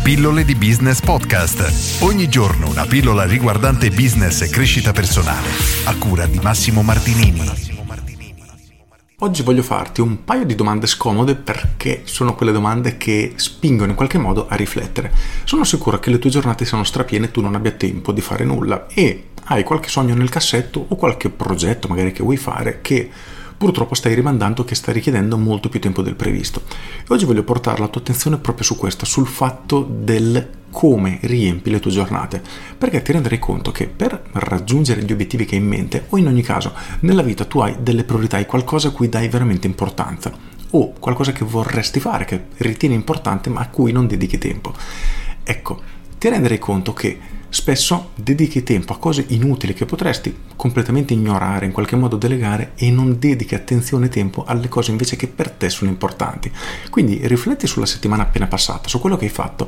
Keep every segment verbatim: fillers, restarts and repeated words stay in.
Pillole di Business Podcast. Ogni giorno una pillola riguardante business e crescita personale. A cura di Massimo Martinini. Oggi voglio farti un paio di domande scomode perché sono quelle domande che spingono in qualche modo a riflettere. Sono sicuro che le tue giornate siano strapiene e tu non abbia tempo di fare nulla e hai qualche sogno nel cassetto o qualche progetto magari che vuoi fare che purtroppo stai rimandando, che sta richiedendo molto più tempo del previsto. E oggi voglio portare la tua attenzione proprio su questo, sul fatto del come riempi le tue giornate, perché ti renderai conto che per raggiungere gli obiettivi che hai in mente, o in ogni caso nella vita tu hai delle priorità, hai qualcosa a cui dai veramente importanza, o qualcosa che vorresti fare, che ritieni importante ma a cui non dedichi tempo. Ecco, ti renderai conto che spesso dedichi tempo a cose inutili che potresti completamente ignorare, in qualche modo delegare, e non dedichi attenzione e tempo alle cose invece che per te sono importanti. Quindi rifletti sulla settimana appena passata, su quello che hai fatto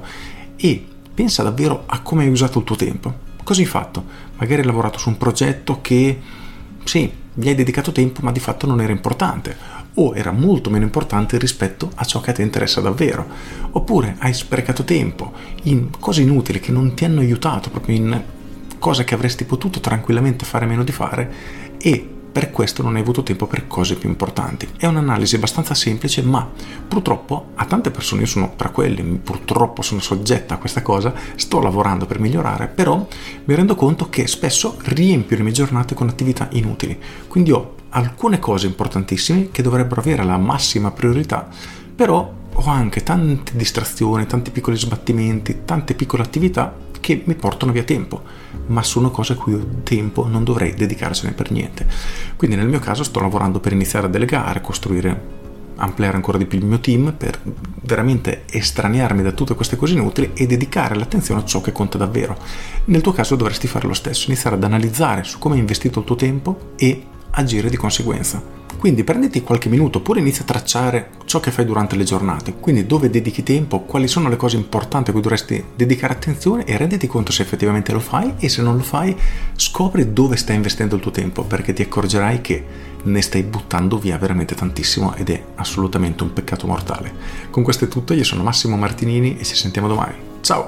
e pensa davvero a come hai usato il tuo tempo. Cosa hai fatto? Magari hai lavorato su un progetto che sì, gli hai dedicato tempo ma di fatto non era importante, o era molto meno importante rispetto a ciò che a te interessa davvero, oppure hai sprecato tempo in cose inutili che non ti hanno aiutato, proprio in cose che avresti potuto tranquillamente fare meno di fare, e per questo non hai avuto tempo per cose più importanti. È un'analisi abbastanza semplice, ma purtroppo a tante persone, io sono tra quelli, purtroppo sono soggetta a questa cosa, sto lavorando per migliorare, però mi rendo conto che spesso riempio le mie giornate con attività inutili. Quindi ho alcune cose importantissime che dovrebbero avere la massima priorità, però ho anche tante distrazioni, tanti piccoli sbattimenti, tante piccole attività che mi portano via tempo, ma sono cose a cui tempo non dovrei dedicarsene per niente. Quindi nel mio caso sto lavorando per iniziare a delegare, costruire, ampliare ancora di più il mio team, per veramente estraniarmi da tutte queste cose inutili e dedicare l'attenzione a ciò che conta davvero. Nel tuo caso dovresti fare lo stesso, iniziare ad analizzare su come hai investito il tuo tempo e agire di conseguenza. Quindi prenditi qualche minuto, oppure inizia a tracciare ciò che fai durante le giornate, quindi dove dedichi tempo, quali sono le cose importanti a cui dovresti dedicare attenzione, e renditi conto se effettivamente lo fai, e se non lo fai scopri dove stai investendo il tuo tempo, perché ti accorgerai che ne stai buttando via veramente tantissimo ed è assolutamente un peccato mortale. Con questo è tutto, io sono Massimo Martinini e ci sentiamo domani. Ciao!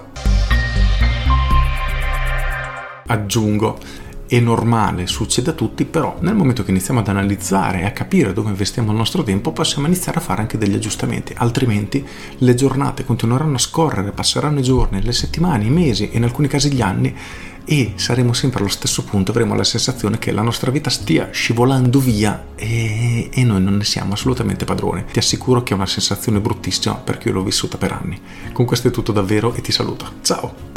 Aggiungo, è normale, succede a tutti, però nel momento che iniziamo ad analizzare e a capire dove investiamo il nostro tempo possiamo iniziare a fare anche degli aggiustamenti, altrimenti le giornate continueranno a scorrere, passeranno i giorni, le settimane, i mesi e in alcuni casi gli anni, e saremo sempre allo stesso punto, avremo la sensazione che la nostra vita stia scivolando via e, e noi non ne siamo assolutamente padroni. Ti assicuro che è una sensazione bruttissima perché io l'ho vissuta per anni. Con questo è tutto davvero e ti saluto. Ciao!